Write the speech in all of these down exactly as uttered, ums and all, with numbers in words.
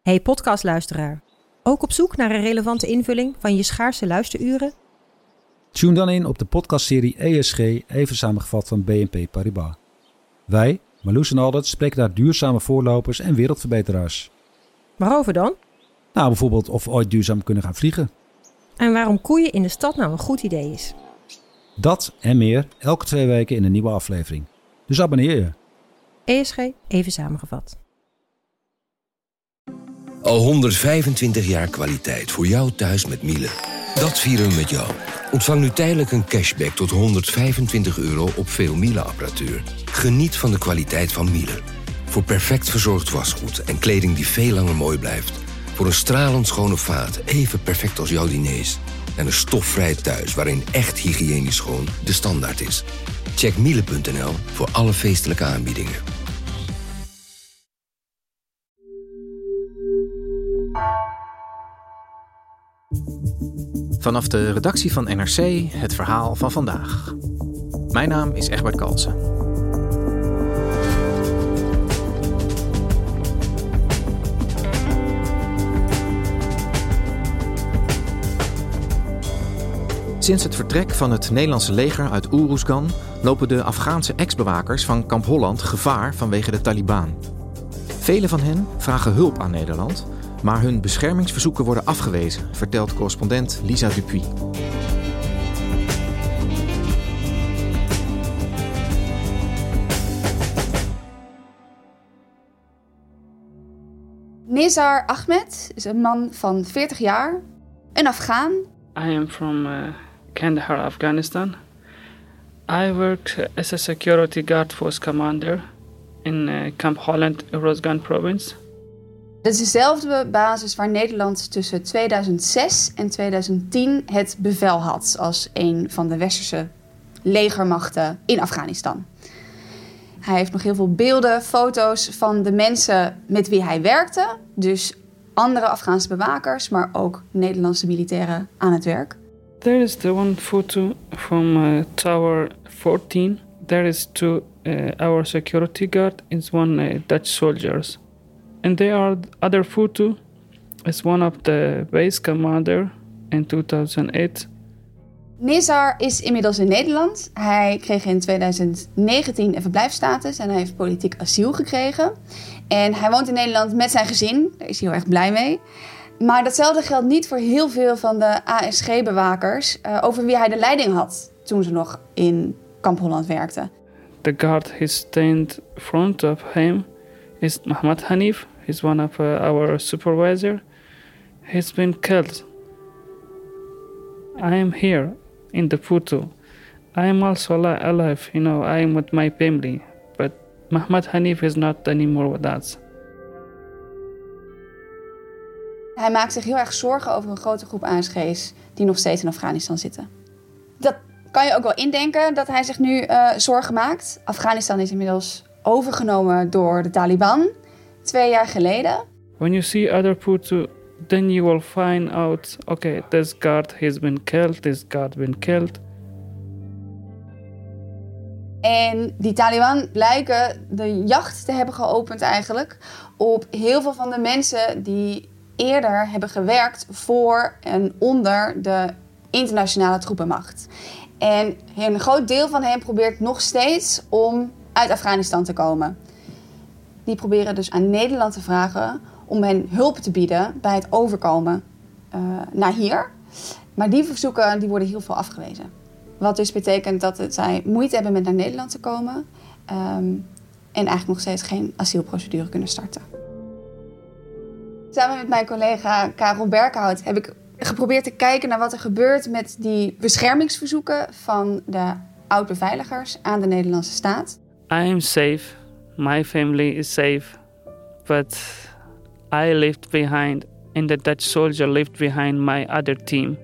Hey podcastluisteraar, ook op zoek naar een relevante invulling van je schaarse luisteruren? Tune dan in op de podcastserie E S G, even samengevat van B N P Paribas. Wij, Marloes en Aldert, spreken daar duurzame voorlopers en wereldverbeteraars. Waarover dan? Nou, bijvoorbeeld of we ooit duurzaam kunnen gaan vliegen. En waarom koeien in de stad nou een goed idee is. Dat en meer elke twee weken in een nieuwe aflevering. Dus abonneer je. E S G, even samengevat. Al honderdvijfentwintig jaar kwaliteit voor jou thuis met Miele. Dat vieren we met jou. Ontvang nu tijdelijk een cashback tot honderdvijfentwintig euro op veel Miele-apparatuur. Geniet van de kwaliteit van Miele. Voor perfect verzorgd wasgoed en kleding die veel langer mooi blijft. Voor een stralend schone vaat, even perfect als jouw diners. En een stofvrij thuis waarin echt hygiënisch schoon de standaard is. Check miele punt n l voor alle feestelijke aanbiedingen. Vanaf de redactie van N R C het verhaal van vandaag. Mijn naam is Egbert Kalsen. Sinds het vertrek van het Nederlandse leger uit Oeroesgan lopen de Afghaanse ex-bewakers van Kamp Holland gevaar vanwege de Taliban. Velen van hen vragen hulp aan Nederland, maar hun beschermingsverzoeken worden afgewezen, vertelt correspondent Lisa Dupuy. Nizar Ahmed is een man van veertig jaar, een Afghaan. I am from uh, Kandahar, Afghanistan. I worked as a security guard force commander in uh, Camp Holland, Oeroesgan province. Dat is dezelfde basis waar Nederland tussen tweeduizend zes en tweeduizend tien het bevel had als een van de westerse legermachten in Afghanistan. Hij heeft nog heel veel beelden, foto's van de mensen met wie hij werkte. Dus andere Afghaanse bewakers, maar ook Nederlandse militairen aan het werk. There is the one photo from uh, Tower fourteen. There is two uh, our security guard is one uh, Dutch soldiers. And there are other photo is one of the base commander in two thousand eight. Nizar is inmiddels in Nederland. Hij kreeg in tweeduizend negentien een verblijfsstatus en hij heeft politiek asiel gekregen. En hij woont in Nederland met zijn gezin. Daar is hij heel erg blij mee. Maar datzelfde geldt niet voor heel veel van de A S G-bewakers uh, over wie hij de leiding had toen ze nog in Kamp Holland werkten. The guard he stand front of him is Mohammed Hanif. He's one of uh, our supervisor. He's been killed. I am here in the photo. I am also ali- alive, you know, I am with my family. But Mohammed Hanif is not anymore with us. Hij maakt zich heel erg zorgen over een grote groep A S G's die nog steeds in Afghanistan zitten. Dat kan je ook wel indenken dat hij zich nu uh, zorgen maakt. Afghanistan is inmiddels overgenomen door de Taliban, twee jaar geleden. When you see other photo, then you will find out, okay, this guard has been killed, this guard been killed. En die Taliban lijken de jacht te hebben geopend eigenlijk op heel veel van de mensen die eerder hebben gewerkt voor en onder de internationale troepenmacht. En een groot deel van hen probeert nog steeds om uit Afghanistan te komen. Die proberen dus aan Nederland te vragen om hen hulp te bieden bij het overkomen uh, naar hier. Maar die verzoeken die worden heel veel afgewezen. Wat dus betekent dat het, zij moeite hebben met naar Nederland te komen. Um, en eigenlijk nog steeds geen asielprocedure kunnen starten. Samen met mijn collega Karel Berkhout heb ik geprobeerd te kijken naar wat er gebeurt met die beschermingsverzoeken van de oud-beveiligers aan de Nederlandse staat. I am safe. My family is safe. But I left behind and the Dutch soldier left behind my other team.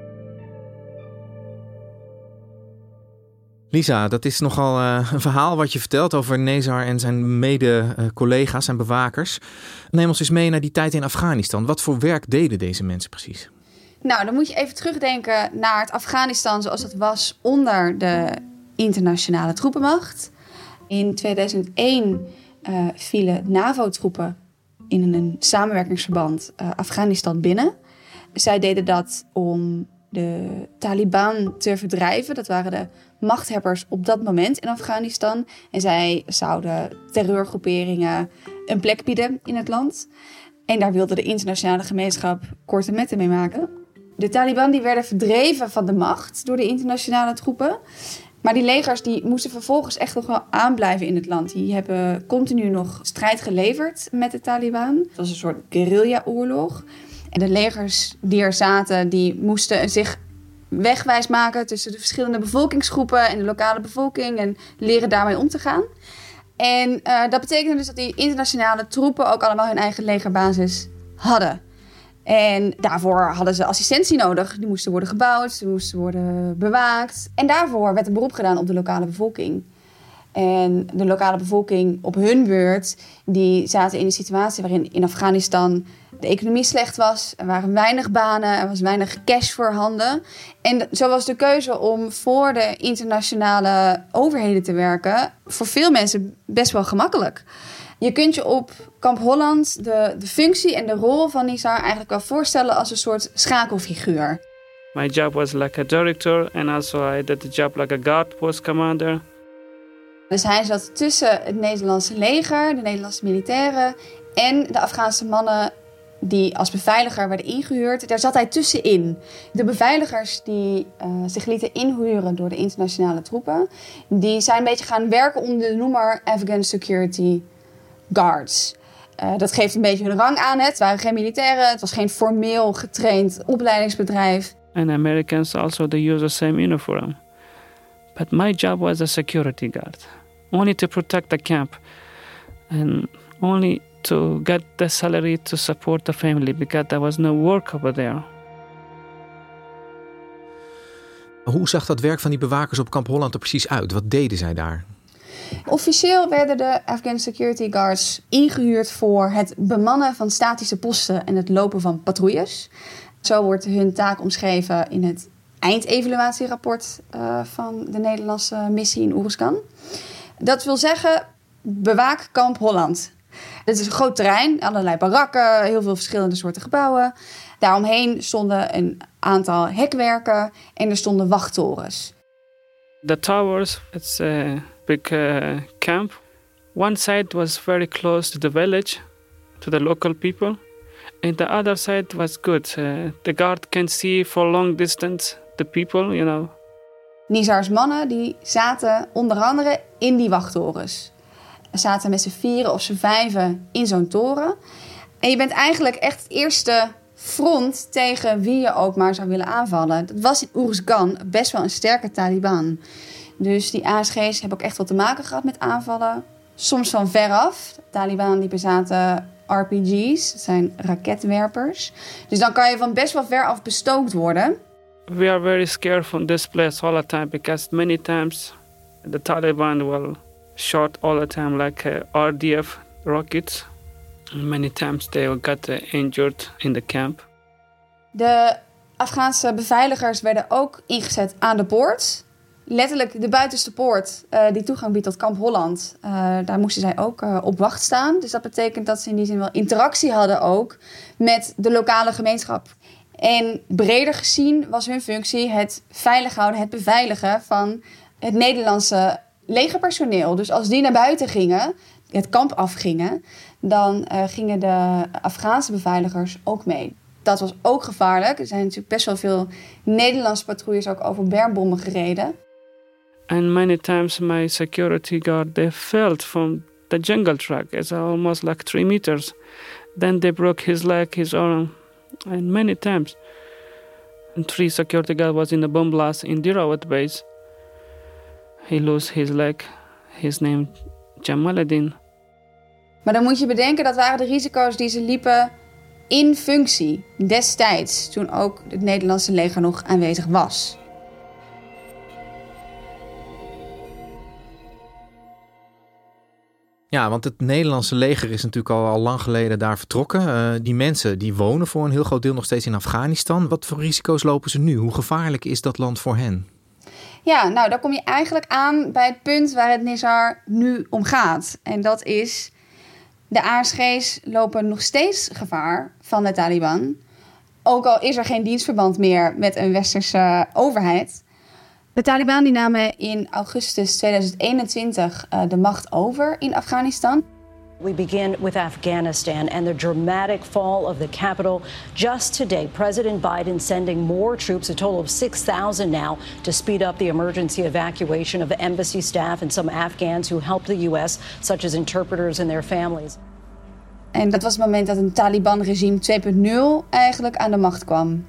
Lisa, dat is nogal uh, een verhaal wat je vertelt over Nizar en zijn mede-collega's en bewakers. Neem ons eens mee naar die tijd in Afghanistan. Wat voor werk deden deze mensen precies? Nou, dan moet je even terugdenken naar het Afghanistan zoals het was onder de internationale troepenmacht. In tweeduizend één uh, vielen NAVO-troepen in een samenwerkingsverband uh, Afghanistan binnen. Zij deden dat om de Taliban te verdrijven. Dat waren de machthebbers op dat moment in Afghanistan. En zij zouden terreurgroeperingen een plek bieden in het land. En daar wilde de internationale gemeenschap korte metten mee maken. De Taliban die werden verdreven van de macht door de internationale troepen. Maar die legers die moesten vervolgens echt nog wel aanblijven in het land. Die hebben continu nog strijd geleverd met de Taliban. Het was een soort guerrilla-oorlog. En de legers die er zaten, die moesten zich wegwijs maken tussen de verschillende bevolkingsgroepen en de lokale bevolking en leren daarmee om te gaan. En uh, dat betekende dus dat die internationale troepen ook allemaal hun eigen legerbasis hadden. En daarvoor hadden ze assistentie nodig. Die moesten worden gebouwd, die moesten worden bewaakt. En daarvoor werd een beroep gedaan op de lokale bevolking. En de lokale bevolking op hun beurt, die zaten in een situatie waarin in Afghanistan de economie slecht was. Er waren weinig banen, er was weinig cash voorhanden. En zo was de keuze om voor de internationale overheden te werken voor veel mensen best wel gemakkelijk. Je kunt je op Kamp Holland de, de functie en de rol van Nizar eigenlijk wel voorstellen als een soort schakelfiguur. My job was like a director and also I did the job like a guard post commander. Dus hij zat tussen het Nederlandse leger, de Nederlandse militairen en de Afghaanse mannen die als beveiliger werden ingehuurd. Daar zat hij tussenin. De beveiligers die uh, zich lieten inhuren door de internationale troepen, die zijn een beetje gaan werken onder de noemer Afghan Security Guards. Uh, dat geeft een beetje hun rang aan. Het waren geen militairen, het was geen formeel getraind opleidingsbedrijf. And Americans also they use the same uniform. But my job was a security guard. Only to protect the camp. And only to get the salary to support the family because there was no work over there. Hoe zag dat werk van die bewakers op Kamp Holland er precies uit? Wat deden zij daar? Officieel werden de Afghan Security Guards ingehuurd voor het bemannen van statische posten en het lopen van patrouilles. Zo wordt hun taak omschreven in het eindevaluatierapport uh, van de Nederlandse missie in Uruzgan. Dat wil zeggen, bewaak Kamp Holland. Het is een groot terrein, allerlei barakken, heel veel verschillende soorten gebouwen. Daaromheen stonden een aantal hekwerken en er stonden wachttorens. The towers, it's a big uh, camp. One side was very close to the village, to the local people. And the other side was good. Uh, the guard can see for long distance the people, you know. Nizar's mannen die zaten onder andere in die wachttorens. Ze zaten met z'n vieren of z'n vijven in zo'n toren. En je bent eigenlijk echt het eerste front tegen wie je ook maar zou willen aanvallen. Dat was in Uruzgan best wel een sterke Taliban. Dus die A S G's hebben ook echt wat te maken gehad met aanvallen. Soms van veraf. De Taliban die bezaten R P G's, dat zijn raketwerpers. Dus dan kan je van best wel ver af bestookt worden. We are very scared from this place all the time because many times the Taliban will shot all the time like uh, R D F rockets. Many times they got uh, injured in the camp. De Afghaanse beveiligers werden ook ingezet aan de poort. Letterlijk de buitenste poort uh, die toegang biedt tot Kamp Holland. Uh, daar moesten zij ook uh, op wacht staan. Dus dat betekent dat ze in die zin wel interactie hadden ook met de lokale gemeenschap. En breder gezien was hun functie het veilig houden, het beveiligen van het Nederlandse legerpersoneel. Dus als die naar buiten gingen, het kamp afgingen, dan uh, gingen de Afghaanse beveiligers ook mee. Dat was ook gevaarlijk. Er zijn natuurlijk best wel veel Nederlandse patrouilles ook over bermbommen gereden. And many times my security guard, they fell from the jungle track. It's almost like three meters. Then they broke his leg, his arm. And many times. And three security guard was in the bomb blast in Dirawat base. He lost his leg. His name Jamaluddin. Maar dan moet je bedenken, dat waren de risico's die ze liepen in functie destijds, toen ook het Nederlandse leger nog aanwezig was. Ja, want het Nederlandse leger is natuurlijk al, al lang geleden daar vertrokken. Uh, die mensen die wonen voor een heel groot deel nog steeds in Afghanistan. Wat voor risico's lopen ze nu? Hoe gevaarlijk is dat land voor hen? Ja, nou, dan kom je eigenlijk aan bij het punt waar het Nizar nu om gaat. En dat is De A S G's lopen nog steeds gevaar van de Taliban. Ook al is er geen dienstverband meer met een westerse overheid. De Taliban die namen in augustus tweeduizend eenentwintig uh, de macht over in Afghanistan. We begin with Afghanistan and the dramatic fall of the capital. Just today, President Biden sending more troops, a total of six thousand now, to speed up the emergency evacuation of the embassy staff and some Afghans who helped the U S, such as interpreters and their families. En dat was het moment dat een Taliban-regime twee punt nul eigenlijk aan de macht kwam.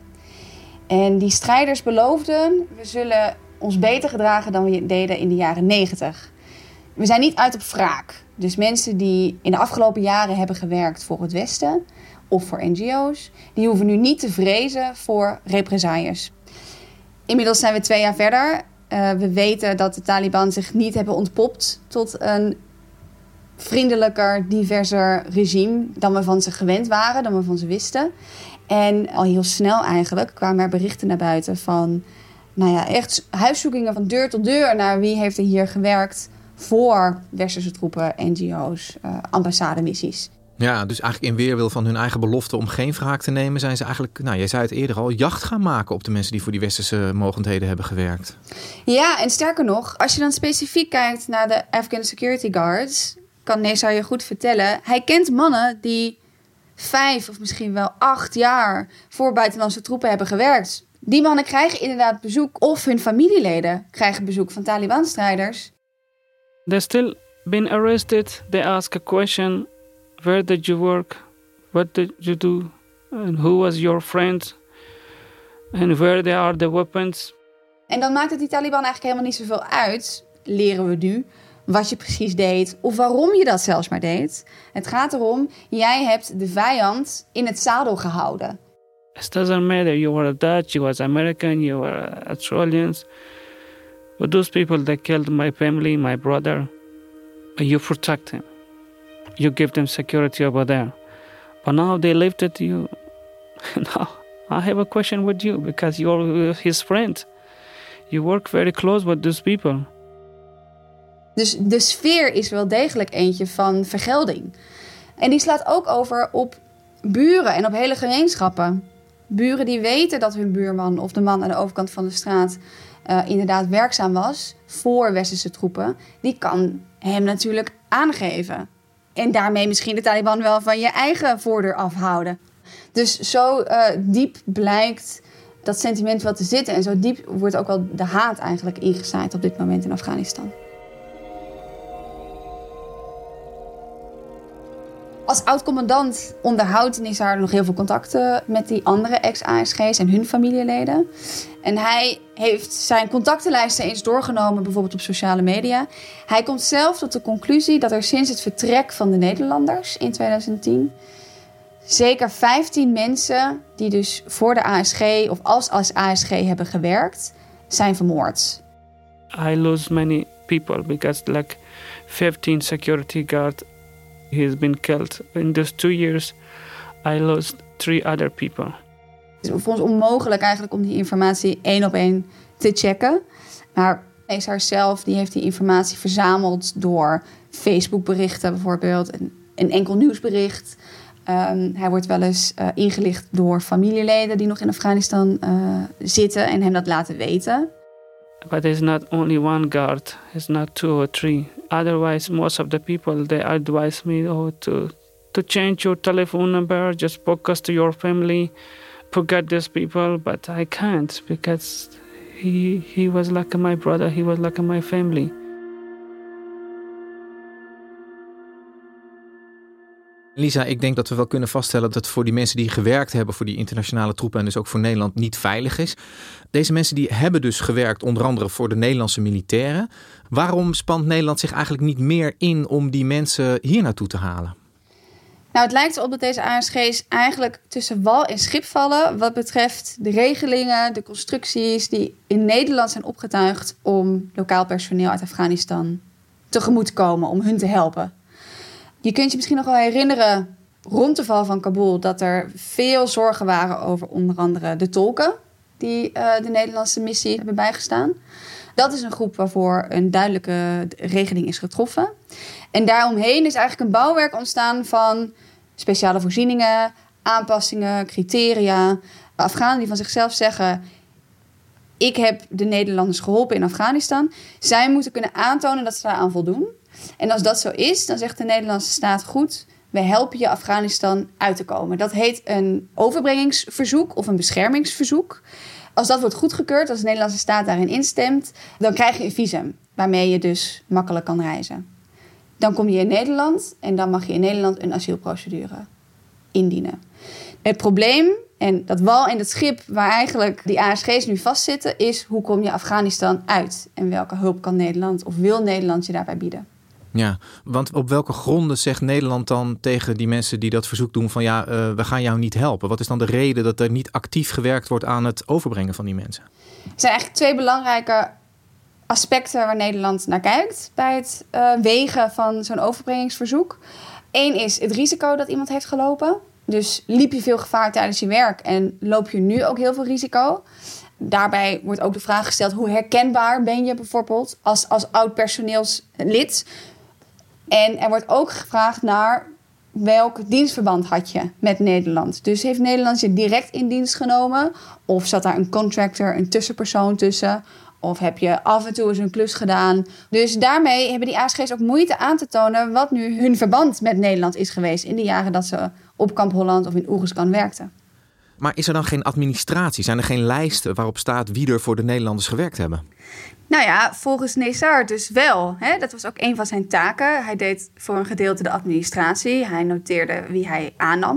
En die strijders beloofden, we zullen ons beter gedragen dan we deden in de jaren negentig. We zijn niet uit op wraak. Dus mensen die in de afgelopen jaren hebben gewerkt voor het Westen of voor N G O's, die hoeven nu niet te vrezen voor represailles. Inmiddels zijn we twee jaar verder. Uh, we weten dat de Taliban zich niet hebben ontpopt tot een vriendelijker, diverser regime dan we van ze gewend waren, dan we van ze wisten. En al heel snel eigenlijk kwamen er berichten naar buiten van, nou ja, echt huiszoekingen van deur tot deur naar wie heeft er hier gewerkt voor westerse troepen, N G O's, uh, ambassademissies. Ja, dus eigenlijk in weerwil van hun eigen belofte om geen wraak te nemen, zijn ze eigenlijk, nou, jij zei het eerder al, jacht gaan maken op de mensen die voor die westerse mogendheden hebben gewerkt. Ja, en sterker nog, als je dan specifiek kijkt naar de Afghan Security Guards, kan Nezar je goed vertellen, hij kent mannen die vijf of misschien wel acht jaar voor buitenlandse troepen hebben gewerkt. Die mannen krijgen inderdaad bezoek, of hun familieleden krijgen bezoek van Taliban-strijders. They're still been arrested. They ask a question. Where did you work? What did you do? And who was your friend? And where they are the weapons? En dan maakt het die Taliban eigenlijk helemaal niet zoveel uit, leren we nu, wat je precies deed of waarom je dat zelfs maar deed. Het gaat erom, jij hebt de vijand in het zadel gehouden. It doesn't matter. You were Dutch, you was American, you were Australians. But those people that killed my family, my brother, you protect him. You give them security over there. But now they lifted you. Now I have a question with you because you're his friend. You work very close with those people. Dus de sfeer is wel degelijk eentje van vergelding. En die slaat ook over op buren en op hele gemeenschappen. Buren die weten dat hun buurman of de man aan de overkant van de straat uh, inderdaad werkzaam was voor westerse troepen, die kan hem natuurlijk aangeven. En daarmee misschien de Taliban wel van je eigen voordeur afhouden. Dus zo uh, diep blijkt dat sentiment wel te zitten. En zo diep wordt ook wel de haat eigenlijk ingezaaid op dit moment in Afghanistan. Als oud-commandant onderhoudt Nezar nog heel veel contacten met die andere ex-A S G's en hun familieleden. En hij heeft zijn contactenlijsten eens doorgenomen, bijvoorbeeld op sociale media. Hij komt zelf tot de conclusie dat er sinds het vertrek van de Nederlanders in tweeduizend tien zeker vijftien mensen die dus voor de A S G of als, als A S G hebben gewerkt, zijn vermoord. I lose many people because like fifteen security guards he's been killed. In those two years, I lost three other people. Het is voor ons onmogelijk eigenlijk om die informatie één op één te checken. Maar Nezar zelf die heeft die informatie verzameld door Facebook-berichten bijvoorbeeld. Een, een enkel nieuwsbericht. Um, hij wordt wel eens uh, ingelicht door familieleden die nog in Afghanistan uh, zitten en hem dat laten weten. But it's not only one guard, it's not two or three. Otherwise, most of the people, they advise me oh, to, to change your telephone number, just focus to your family, forget these people. But I can't because he, he was like my brother, he was like my family. Lisa, ik denk dat we wel kunnen vaststellen dat het voor die mensen die gewerkt hebben voor die internationale troepen en dus ook voor Nederland niet veilig is. Deze mensen die hebben dus gewerkt onder andere voor de Nederlandse militairen. Waarom spant Nederland zich eigenlijk niet meer in om die mensen hier naartoe te halen? Nou, het lijkt erop dat deze A S G's eigenlijk tussen wal en schip vallen wat betreft de regelingen, de constructies die in Nederland zijn opgetuigd om lokaal personeel uit Afghanistan tegemoet te komen, om hun te helpen. Je kunt je misschien nog wel herinneren rond de val van Kabul dat er veel zorgen waren over onder andere de tolken die uh, de Nederlandse missie hebben bijgestaan. Dat is een groep waarvoor een duidelijke regeling is getroffen. En daaromheen is eigenlijk een bouwwerk ontstaan van speciale voorzieningen, aanpassingen, criteria. Afghanen die van zichzelf zeggen: ik heb de Nederlanders geholpen in Afghanistan. Zij moeten kunnen aantonen dat ze daaraan voldoen. En als dat zo is, dan zegt de Nederlandse staat: goed, we helpen je Afghanistan uit te komen. Dat heet een overbrengingsverzoek of een beschermingsverzoek. Als dat wordt goedgekeurd, als de Nederlandse staat daarin instemt, dan krijg je een visum waarmee je dus makkelijk kan reizen. Dan kom je in Nederland en dan mag je in Nederland een asielprocedure indienen. Het probleem, en dat wal en dat schip waar eigenlijk die A S G's nu vastzitten, is: hoe kom je Afghanistan uit? En welke hulp kan Nederland of wil Nederland je daarbij bieden? Ja, want op welke gronden zegt Nederland dan tegen die mensen die dat verzoek doen van ja, uh, we gaan jou niet helpen? Wat is dan de reden dat er niet actief gewerkt wordt aan het overbrengen van die mensen? Er zijn eigenlijk twee belangrijke aspecten waar Nederland naar kijkt bij het uh, wegen van zo'n overbrengingsverzoek. Eén is het risico dat iemand heeft gelopen. Dus liep je veel gevaar tijdens je werk en loop je nu ook heel veel risico? Daarbij wordt ook de vraag gesteld: hoe herkenbaar ben je bijvoorbeeld als, als oud personeelslid? En er wordt ook gevraagd naar welk dienstverband had je met Nederland. Dus heeft Nederland je direct in dienst genomen? Of zat daar een contractor, een tussenpersoon tussen? Of heb je af en toe eens een klus gedaan? Dus daarmee hebben die A S G's ook moeite aan te tonen wat nu hun verband met Nederland is geweest in de jaren dat ze op Kamp Holland of in Oeruzgan werkten. Maar is er dan geen administratie? Zijn er geen lijsten waarop staat wie er voor de Nederlanders gewerkt hebben? Nou ja, volgens Nezar dus wel. Hè? Dat was ook een van zijn taken. Hij deed voor een gedeelte de administratie. Hij noteerde wie hij aannam.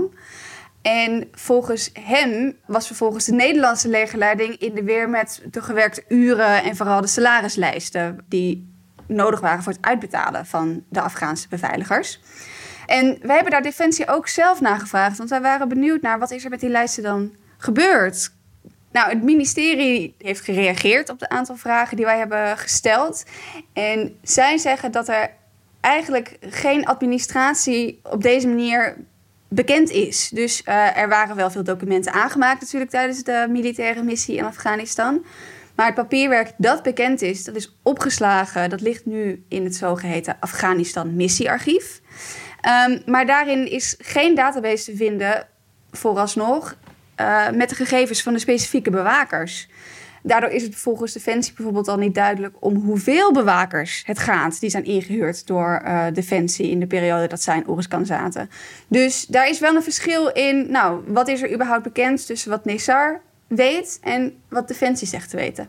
En volgens hem was vervolgens de Nederlandse legerleiding in de weer met de gewerkte uren en vooral de salarislijsten die nodig waren voor het uitbetalen van de Afghaanse beveiligers. En wij hebben daar Defensie ook zelf naar gevraagd, want wij waren benieuwd naar wat is er met die lijsten dan gebeurd. Nou, het ministerie heeft gereageerd op de aantal vragen die wij hebben gesteld. En zij zeggen dat er eigenlijk geen administratie op deze manier bekend is. Dus uh, er waren wel veel documenten aangemaakt natuurlijk tijdens de militaire missie in Afghanistan. Maar het papierwerk dat bekend is, dat is opgeslagen. Dat ligt nu in het zogeheten Afghanistan missiearchief. Um, maar daarin is geen database te vinden, vooralsnog, uh, met de gegevens van de specifieke bewakers. Daardoor is het volgens Defensie bijvoorbeeld al niet duidelijk om hoeveel bewakers het gaat die zijn ingehuurd door uh, Defensie in de periode dat zij in Oeruzgan zaten. Dus daar is wel een verschil in, nou, wat is er überhaupt bekend tussen wat Nezar weet en wat Defensie zegt te weten.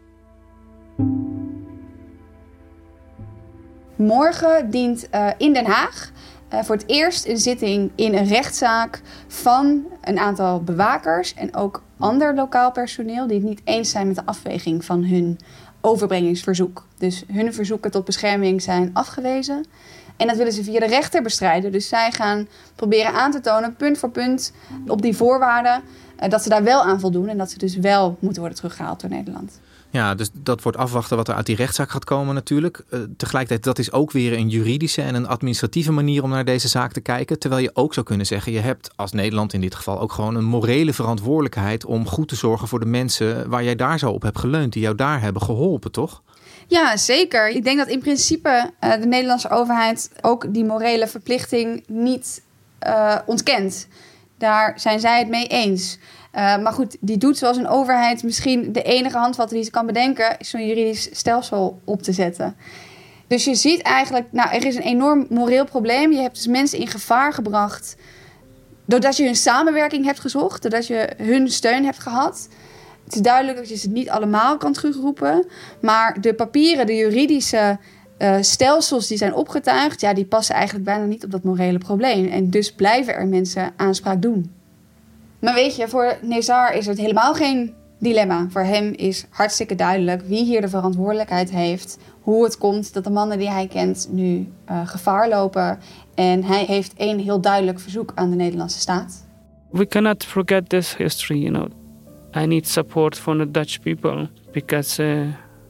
Morgen dient uh, in Den Haag uh, voor het eerst een zitting in een rechtszaak van een aantal bewakers en ook ander lokaal personeel die het niet eens zijn met de afweging van hun overbrengingsverzoek. Dus hun verzoeken tot bescherming zijn afgewezen. En dat willen ze via de rechter bestrijden. Dus zij gaan proberen aan te tonen, punt voor punt, op die voorwaarden, dat ze daar wel aan voldoen en dat ze dus wel moeten worden teruggehaald door Nederland. Ja, dus dat wordt afwachten wat er uit die rechtszaak gaat komen natuurlijk. Uh, tegelijkertijd, dat is ook weer een juridische en een administratieve manier om naar deze zaak te kijken. Terwijl je ook zou kunnen zeggen, je hebt als Nederland in dit geval ook gewoon een morele verantwoordelijkheid om goed te zorgen voor de mensen waar jij daar zo op hebt geleund, die jou daar hebben geholpen, toch? Ja, zeker. Ik denk dat in principe uh, de Nederlandse overheid ook die morele verplichting niet uh, ontkent. Daar zijn zij het mee eens. Uh, maar goed, die doet zoals een overheid misschien de enige handvat die ze kan bedenken, is zo'n juridisch stelsel op te zetten. Dus je ziet eigenlijk, nou, er is een enorm moreel probleem. Je hebt dus mensen in gevaar gebracht doordat je hun samenwerking hebt gezocht, doordat je hun steun hebt gehad. Het is duidelijk dat je ze niet allemaal kan terugroepen, maar de papieren, de juridische uh, stelsels die zijn opgetuigd, ja, die passen eigenlijk bijna niet op dat morele probleem. En dus blijven er mensen aanspraak doen. Maar weet je, voor Nezar is het helemaal geen dilemma. Voor hem is hartstikke duidelijk wie hier de verantwoordelijkheid heeft, hoe het komt dat de mannen die hij kent nu uh, gevaar lopen. En hij heeft één heel duidelijk verzoek aan de Nederlandse staat. We cannot forget this history, you know. I need support from the Dutch people because uh,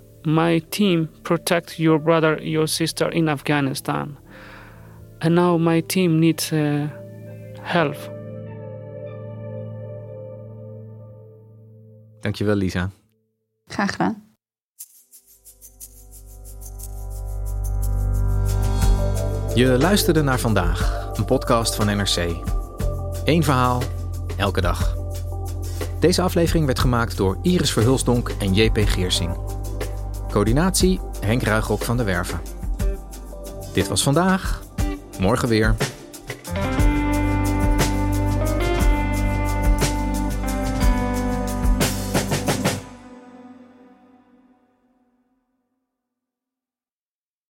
my team protect your brother, your sister in Afghanistan. And now my team needs uh, help. Dankjewel, Lisa. Graag gedaan. Je luisterde naar Vandaag, een podcast van N R C. Eén verhaal, elke dag. Deze aflevering werd gemaakt door Iris Verhulsdonk en J P Geersing. Coördinatie Henk Ruigrok van der Werven. Dit was Vandaag, morgen weer.